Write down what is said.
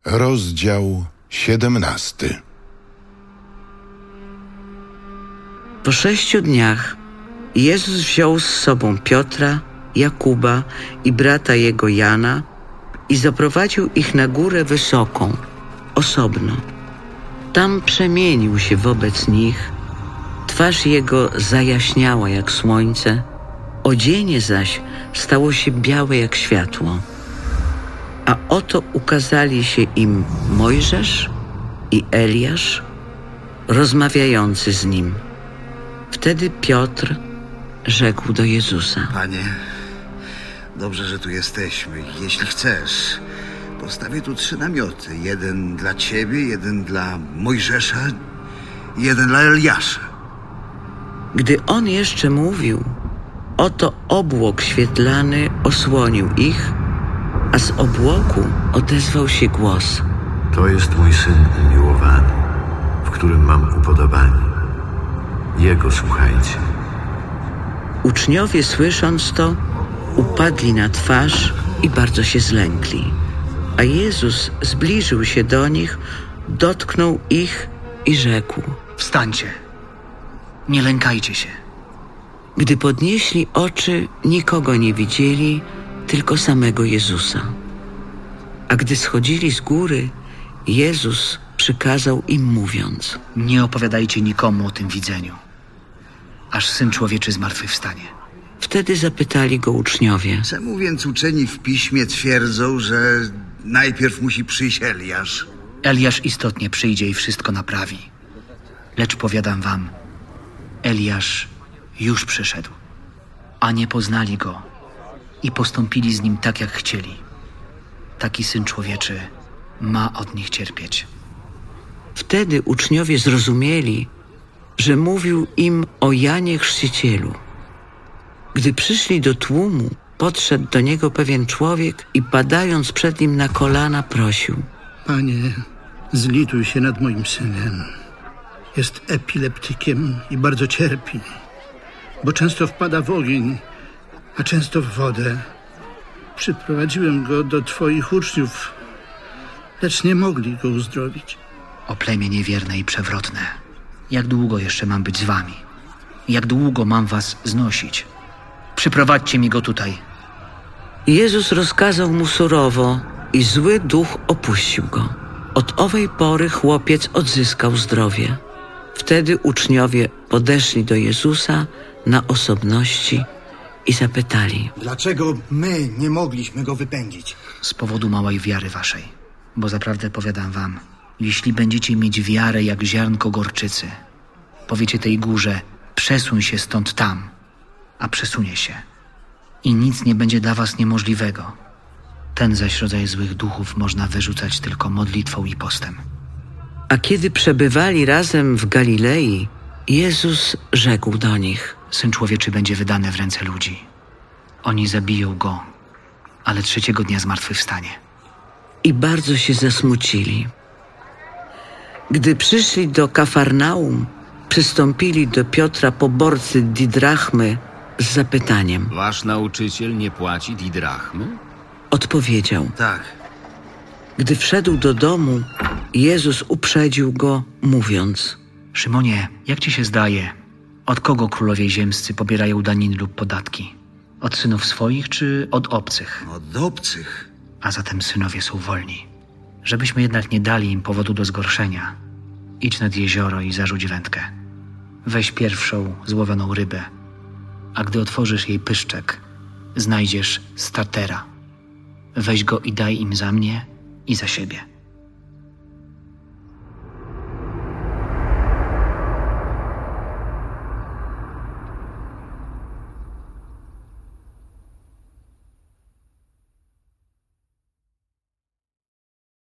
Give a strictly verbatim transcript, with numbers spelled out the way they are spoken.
Rozdział siedemnasty. Po sześciu dniach Jezus wziął z sobą Piotra, Jakuba i brata jego Jana i zaprowadził ich na górę wysoką, osobno. Tam przemienił się wobec nich, twarz jego zajaśniała jak słońce, odzienie zaś stało się białe jak światło. A oto ukazali się im Mojżesz i Eliasz, rozmawiający z nim. Wtedy Piotr rzekł do Jezusa: Panie, dobrze, że tu jesteśmy. Jeśli chcesz, postawię tu trzy namioty. Jeden dla Ciebie, jeden dla Mojżesza i jeden dla Eliasza. Gdy on jeszcze mówił, oto obłok świetlany osłonił ich, a z obłoku odezwał się głos: To jest mój Syn umiłowany, w którym mam upodobanie. Jego słuchajcie. Uczniowie, słysząc to, upadli na twarz i bardzo się zlękli. A Jezus zbliżył się do nich, dotknął ich i rzekł: Wstańcie, nie lękajcie się. Gdy podnieśli oczy, nikogo nie widzieli, tylko samego Jezusa. A gdy schodzili z góry, Jezus przykazał im, mówiąc: Nie opowiadajcie nikomu o tym widzeniu, aż Syn Człowieczy zmartwychwstanie. Wtedy zapytali go uczniowie: Czemu więc uczeni w piśmie twierdzą, że najpierw musi przyjść Eliasz? Eliasz istotnie przyjdzie i wszystko naprawi. Lecz powiadam wam, Eliasz już przyszedł, a nie poznali go i postąpili z nim tak, jak chcieli. Taki Syn Człowieczy ma od nich cierpieć. Wtedy uczniowie zrozumieli, że mówił im o Janie Chrzcicielu. Gdy przyszli do tłumu, podszedł do niego pewien człowiek i padając przed nim na kolana prosił: Panie, zlituj się nad moim synem. Jest epileptykiem i bardzo cierpi, bo często wpada w ogień, a często w wodę. Przyprowadziłem go do Twoich uczniów, lecz nie mogli go uzdrowić. O plemię niewierne i przewrotne, jak długo jeszcze mam być z wami? Jak długo mam was znosić? Przyprowadźcie mi go tutaj. Jezus rozkazał mu surowo i zły duch opuścił go. Od owej pory chłopiec odzyskał zdrowie. Wtedy uczniowie podeszli do Jezusa na osobności i zapytali: Dlaczego my nie mogliśmy go wypędzić? Z powodu małej wiary waszej. Bo zaprawdę powiadam wam, jeśli będziecie mieć wiarę jak ziarnko gorczycy, powiecie tej górze: przesuń się stąd tam, a przesunie się. I nic nie będzie dla was niemożliwego. Ten zaś rodzaj złych duchów można wyrzucać tylko modlitwą i postem. A kiedy przebywali razem w Galilei, Jezus rzekł do nich: Syn Człowieczy będzie wydany w ręce ludzi. Oni zabiją go, ale trzeciego dnia zmartwychwstanie. I bardzo się zasmucili. Gdy przyszli do Kafarnaum, przystąpili do Piotra poborcy didrachmy z zapytaniem. Wasz nauczyciel nie płaci didrachmy? Odpowiedział: Tak. Gdy wszedł do domu, Jezus uprzedził go, mówiąc: Szymonie, jak ci się zdaje, od kogo królowie ziemscy pobierają daniny lub podatki? Od synów swoich czy od obcych? Od obcych. A zatem synowie są wolni. Żebyśmy jednak nie dali im powodu do zgorszenia, idź nad jezioro i zarzuć wędkę. Weź pierwszą złowioną rybę, a gdy otworzysz jej pyszczek, znajdziesz startera. Weź go i daj im za mnie i za siebie.